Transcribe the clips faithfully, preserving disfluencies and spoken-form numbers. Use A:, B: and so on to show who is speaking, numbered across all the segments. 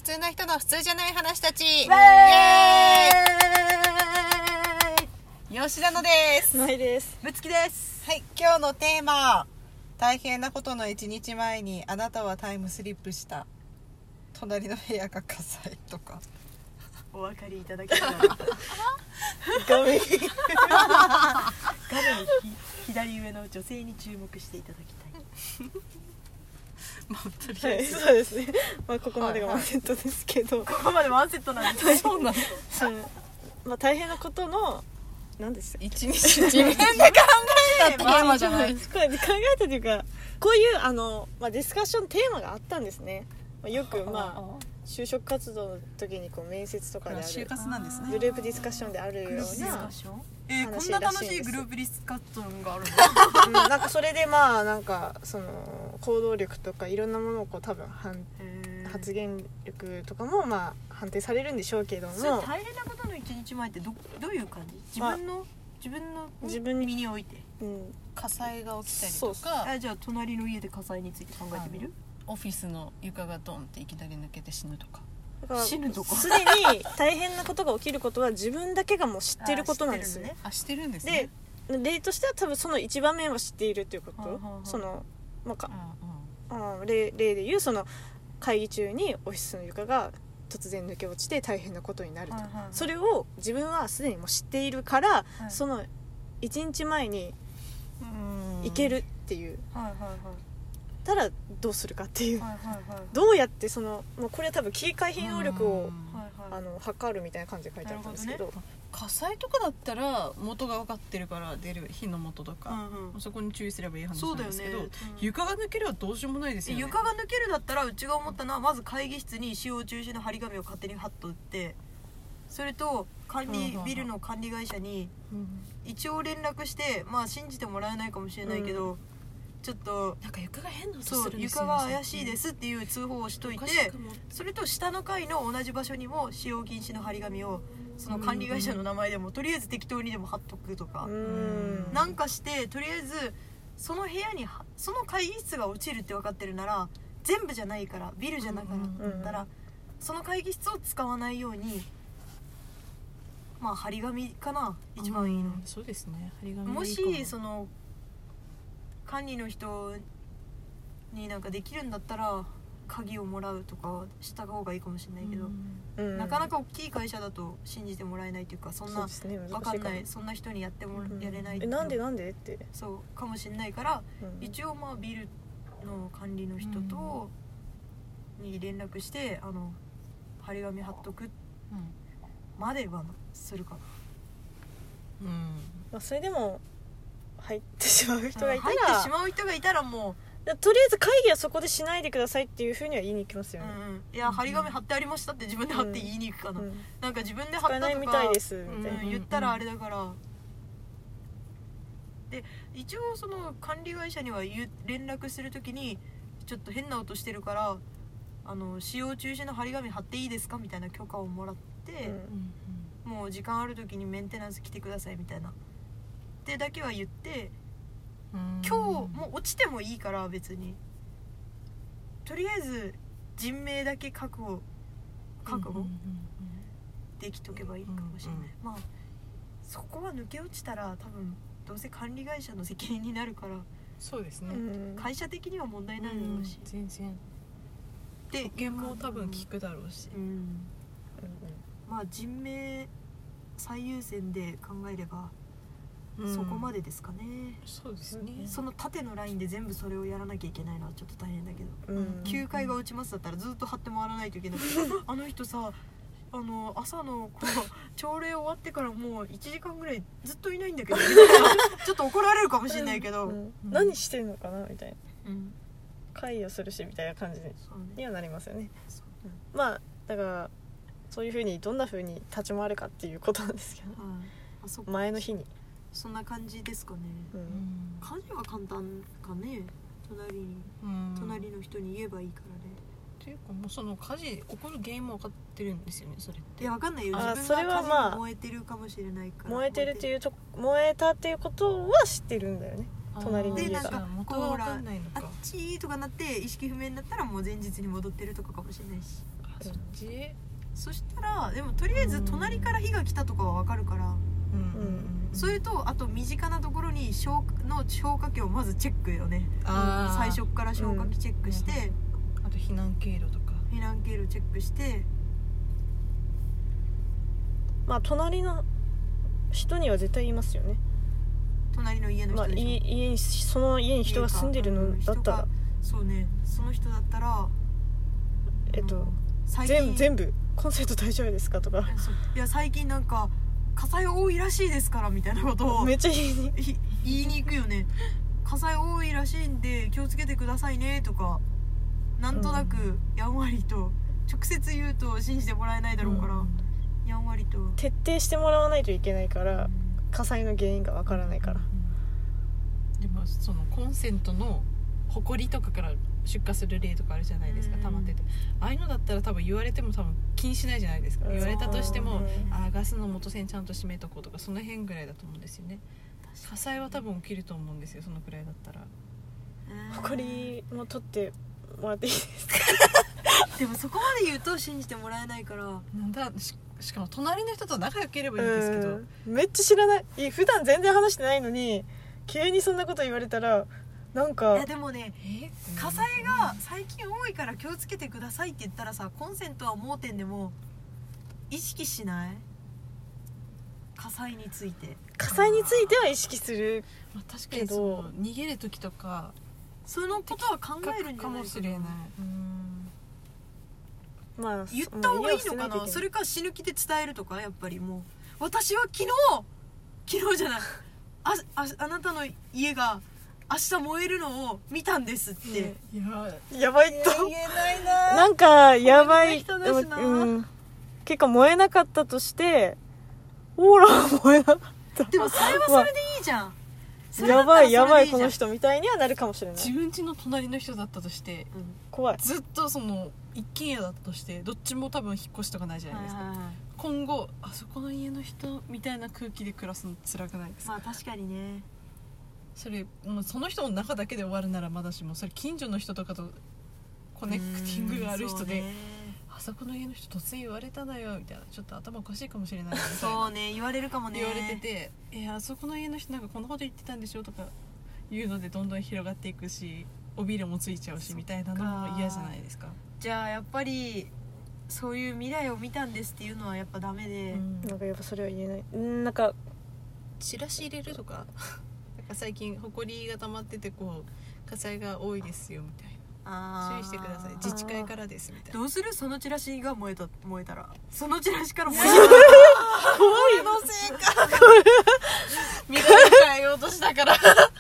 A: 通な人の普通じゃない話たち。イエーイ。吉田のです。
B: まいです。
C: むつきです。
A: はい、今日のテーマ、大変なことの一日前にあなたはタイムスリップした。隣の部屋が火災とか。
C: お分かりいただけたら
B: 画面
C: 画面左上の女性に注目していただきたい
A: まあ、とり
B: はい、
A: あえず、
B: そうですね、まあ、ここまでがワンセットですけど、
C: はいはい、ここまでワンセットなんです
A: そうなの、
B: まあ、大変なことの何でしたっけ、
A: 一日自分で考えたテーマじゃない、
B: これ考えたというか、こういうあの、まあ、ディスカッションテーマがあったんですね。まあ、よくまあ就職活動の時にこう面接とかである
A: 就活なんですね。
B: グループディスカッションであるような、
C: えー、こんな楽しいグループディスカッションがある
B: の、うん、なんかそれでまあなんかその行動力とかいろんなものをこう多分発言力とかもまあ判定されるんでしょうけども、それ
C: 大変なことの一日前って ど, どういう感じ？自分の、まあ、自分の自分身において、
A: うん、火災が起きたりとか、
C: あ、じゃあ隣の家で火災について考えてみる？
A: オフィスの床がドンっていきなり抜けて死ぬとか、
C: 死ぬとか、
B: すでに大変なことが起きることは自分だけがもう知ってることなんですよね。
A: あ、知ってるんですね。
B: で、例としては多分その一場面は知っているということ、
C: はあはあはあ、
B: その、まあか
C: うんうん、
B: あ 例, 例で言うその会議中にオフィスの床が突然抜け落ちて大変なことになると、はいはいはい、それを自分はすでにもう知っているから、はい、そのいちにちまえに行けるっていう、はいはいはい、たらどうするかっていう、はいはいはい、どうやってその、まあ、これは多分危機回避能力を、あの測るみたいな感じで書いてあったんですけど、
A: ね、火災とかだったら元が分かってるから出る火の元とか、うんうん、そこに注意すればいい話なんですけど、ね、うん、床が抜ければどうしようもないですよね。
C: 床が抜けるだったらうちが思ったのは、まず会議室に使用中止の張り紙を勝手に貼っとって、それと管理、うん、ビルの管理会社に一応連絡して、まあ信じてもらえないかもしれないけど、うん、ちょっと
A: なんか床が変な音するんです
C: よね。床が怪しいですっていう通報をしといて、それと下の階の同じ場所にも使用禁止の張り紙をその管理会社の名前でもとりあえず適当にでも貼っとくとか、なんかしてとりあえずその部屋にその会議室が落ちるって分かってるなら、全部じゃないからビルじゃなかったらその会議室を使わないように、まあ張り紙かな一番いいの。
A: そうですね、張り紙
C: もしその管理の人になんかできるんだったら鍵をもらうとかした方がいいかもしれないけど、うん、なかなか大きい会社だと信じてもらえないというか、そんな分かんない、そんな人にやってもら、うん、やれないって、
B: えなんでなんでって
C: そうかもしれないから、うん、一応まあビルの管理の人とに連絡して、あの張り紙貼っとくまではするかな。
B: うん、まあ、それでも入ってしまう人がいたら、
C: 入ってしまう人がいたらも
B: うとりあえず会議はそこでしないでくださいっていう風には言いに行きますよね、
C: うんうん、いや張り紙貼ってありましたって自分で貼って言いに行くかな、うん、なんか自分で貼ったとか
B: 使えないみたいですみたいな、
C: うん、言ったらあれだから、うん、で一応その管理会社には言う連絡するときにちょっと変な音してるからあの使用中止の張り紙貼っていいですかみたいな許可をもらって、うん、もう時間あるときにメンテナンス来てくださいみたいなってだけは言って、今日もう落ちてもいいから別にとりあえず人命だけ確保確保できとけばいいかもしれない、うんうん、まあそこは抜け落ちたら多分どうせ管理会社の責任になるから、
A: そうですね、
C: うん、会社的には問題ないだろうし、
A: うん、全然で保険も多分効くだろうし、うんうんうん、
C: まあ人命最優先で考えればそこまでですかね、
A: うん、そうですね。
C: その縦のラインで全部それをやらなきゃいけないのはちょっと大変だけど、うん、きゅうかいが落ちますだったらずっと張って回らないといけないあの人さ、あの朝のこう朝礼終わってからもういちじかんぐらいずっといないんだけどちょっと怒られるかもしれないけど、うん
B: うん、何してんのかなみたいな、うん、会議をするしみたいな感じにはなりますよね。うん、まあだからそういう風にどんな風に立ち回るかっていうことなんですけど、うん、あそ前の日に
C: そんな感じですかね、うん、家事は簡単かね、隣に、うん、隣の人に言えばいいからね。
A: っていうかもうその火事起こる原因も分かってるんですよね、それって。
C: いや分かんないよ、自分が火事に燃えてるかもしれないから、
B: まあ、燃えてるっていうと燃えたっていうことは知ってるんだよね、隣に家が。
C: でなんかこうほらあっちとかなって意識不明になったらもう前日に戻ってるとかかもしれないし、
A: そっち。
C: そしたらでもとりあえず隣から火が来たとかは分かるから、うんうん、それとあと身近なところに消の消火器をまずチェックよね。あ最初から消火器チェックして、
A: うん、あと避難経路とか
C: 避難経路チェックして、
B: まあ隣の人には絶対言いますよね。
C: 隣の家の人でしょ、
B: まあ、家にその家に人が住んでるのだったら、
C: そうね、その人だったら
B: えっと全, 全部コンセント大丈夫ですかとか、
C: いや最近なんか火災多いらしいですからみたいなことを
B: めっちゃ言いに
C: 言いに行くよね。火災多いらしいんで気をつけてくださいねとか、なんとなくやんわりと、直接言うと信じてもらえないだろうから、うん、やんわりと
B: 徹底してもらわないといけないから、うん、火災の原因がわからないから、
A: うん、でもそのコンセントのホコリとかから出火する例とかあるじゃないですか、溜まってて、ああいうのだったら多分言われても多分気にしないじゃないですか。言われたとしても、あガスの元栓ちゃんと閉めとこうとか、その辺ぐらいだと思うんですよね。火災は多分起きると思うんですよ、そのくらいだったら。
B: ホコリも取ってもらっていいですか
C: でもそこまで言うと信じてもらえないから。
A: なんだ し, しかも隣の人と仲良ければいいんですけど、
B: めっちゃ知らない、普段全然話してないのに急にそんなこと言われたらなんか。
C: いやでもね、火災が最近多いから気をつけてくださいって言ったらさ、コンセントは盲点でも意識しない？火災について
B: 火災については意識する、
A: まあ、確かにその逃げる時とか
C: そのことは考えるんじゃないか
A: もしれない。うん、
C: まあ、言った方がいいのかな。それか死ぬ気で伝えるとか。やっぱりもう私は昨日昨日じゃないあ, あ, あなたの家が明日燃えるのを見たんですって、
B: いややばいと言えないな。なんかやばい、うん、結構燃えなかったとしてほら燃えなかった。
C: でもそれはそれでいいじゃん、
B: まあ、やばいやばいこの人みたいにはなるかもしれない。
A: 自分家の隣の人だったとして、
B: うん、怖い。
A: ずっとその一軒家だったとしてどっちも多分引っ越しとかないじゃないですか、はいはいはい、今後あそこの家の人みたいな空気で暮らすの辛くないですか。
C: まあ確かにね。
A: それもうその人の中だけで終わるならまだしも、それ近所の人とかとコネクティングがある人で、あそこの家の人突然言われたのよみたいな、ちょっと頭おかしいかもしれないみたいな
C: そうね、言われるかもね。
A: 言われてて、えあそこの家の人なんかこんなこと言ってたんでしょとかいうのでどんどん広がっていくし、尾びれもついちゃうしみたいなのも嫌じゃないですか。
C: じゃあやっぱりそういう未来を見たんですっていうのはやっぱダメで、
B: うん、なんかやっぱそれは言えない。んなんか
A: チラシ入れるとかなんか最近ホコリが溜まっててこう火災が多いですよみたいな、あ注意してください自治会からですみたいな。
C: どうするそのチラシが燃えた燃えたらそのチラシから燃え
A: たら怖いのせいか未来を変えようとしたから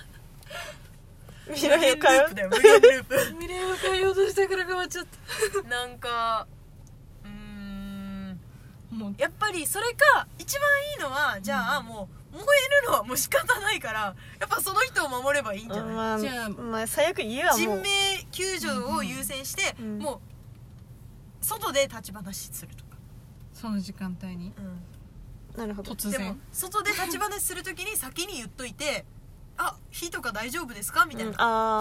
B: 未来を変えよう
C: だよ無限ループ
A: 未来を変えようとしたから変わっちゃった
C: なんかうーんもうやっぱりそれか一番いいのは、じゃあもう燃えるのはもう仕方ないからやっぱその人を守ればいいんじゃない、
B: まあ、
C: じゃあ、
B: まあ、最悪家はもう
C: 人命救助を優先して、うん、もう外で立ち話するとか
A: その時間帯に、
B: うん、なるほど。
A: 突然
C: でも外で立ち話するときに先に言っといてあ火とか大丈夫ですかみたいな、うん、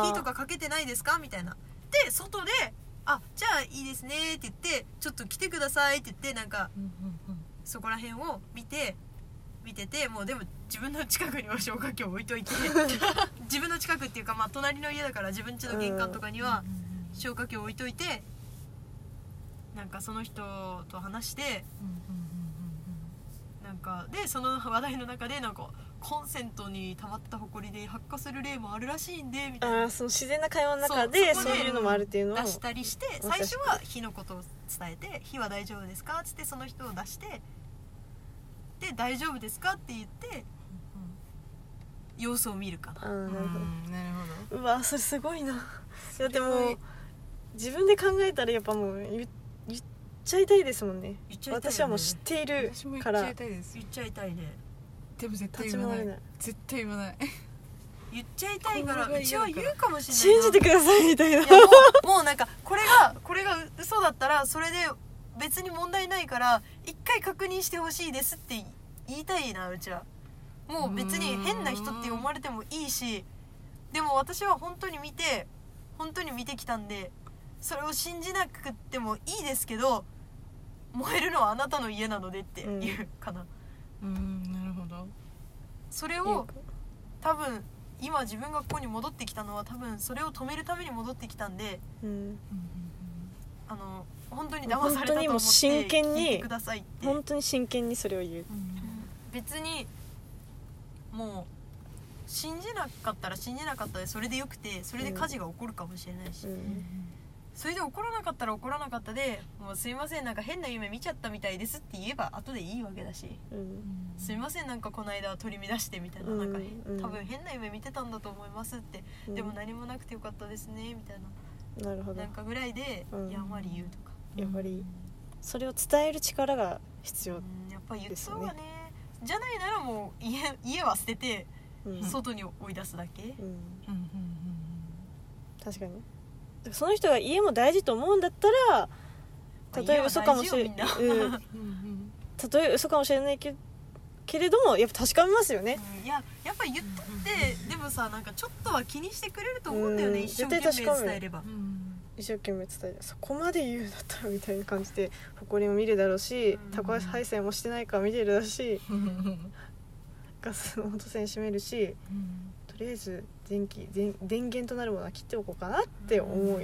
C: 火とかかけてないですかみたいなで外であじゃあいいですねって言ってちょっと来てくださいって言ってなんか、うんうんうん、そこら辺を見て見ててもうでも自分の近くには消火器を置いといて自分の近くっていうか、まあ、隣の家だから自分家の玄関とかには消火器を置いといてなんかその人と話して、うんうんうんうん、なんかでその話題の中でなんかコンセントに溜まったホコリで発火する例もあるらしいんでみたいな、
B: あその自然な会話の中で そ, そういうのもあるっていうのを
C: 出したりして最初は火のことを伝えて火は大丈夫ですかっつってその人を出してで大丈夫ですかって言って、うん、様子を見るかな。
B: あなるほど、うん、
A: なるほど。
B: うわそれすごいな。いやでも自分で考えたらやっぱもう 言, 言っちゃいたいですもんね。
C: 言っちゃいたいよね。
B: 私はもう知っているから
A: 言っちゃいたいです。
C: 言っちゃいたいね。
A: でも絶対言わない。ない絶対言わない。
C: 言っちゃいたいからうちは言うかもしれない。
B: 信じてくださいみたいな。いや
C: もうもうなんかこれがこれが嘘だったらそれで別に問題ないから一回確認してほしいですって言いたいなうちは。もう別に変な人って思われてもいいしでも私は本当に見て本当に見てきたんでそれを信じなくてもいいですけど燃えるのはあなたの家なのでっていうかな、
A: うん、うん、なるほど。
C: それを多分今自分がここに戻ってきたのは多分それを止めるために戻ってきたんで、
B: うん、
C: あの本当に騙されたと思って聞いてくださいって
B: 本当に真剣にそれを言う、うん、
C: 別にもう信じなかったら信じなかったでそれでよくてそれで火事が起こるかもしれないし、うんうん、それで起こらなかったら起こらなかったでもうすいませんなんか変な夢見ちゃったみたいですって言えば後でいいわけだし、うん、すいませんなんかこの間取り乱してみたいな、うん、なんか多分変な夢見てたんだと思いますって、うん、でも何もなくてよかったですねみたいな、
B: なるほど、
C: なんかぐらいでやんわり言うとか、
B: うん、やっぱりそれを伝える力が必要ですよね、
C: うん、やっぱ言った方がね、じゃないならもう 家, 家は捨てて外に追い出すだけ、うんうんうん、
B: 確かにその人が家も大事と思うんだったら例えば嘘かもしれない、うん、例えば嘘かもしれないけけれどもやっぱ確かめますよね、
C: うん、いややっぱ言ったって、うん、でもさなんかちょっとは気にしてくれると思うんだよね、うん、一生懸命伝えれば、うん、
B: 一生懸命伝えるそこまで言うんだったらみたいな感じで埃も見るだろうし、うん、タコ配線もしてないか見てるだろうし、うん、ガスの元栓閉めるし、うん、とりあえず電気 電, 電源となるものは切っておこうかなって思う、うんうん、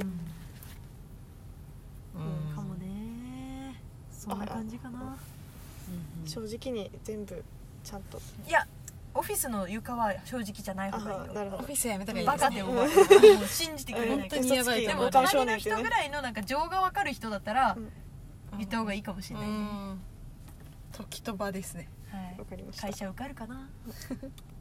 C: かもねそんな感じかな、
B: うん、正直に全部ちゃんと
C: いやオフィスの床は正直じゃない方がいいよ。
A: なるほどオフィスやめたらいい
C: バカで思う信じてくれない
A: 本当にやばい
C: でも隣の人ぐらいのなんか情が分かる人だったら言った方がいいかもしれないね、
A: うん、時と場ですね、
C: はい、
B: わかりました。
C: 会社受かるかな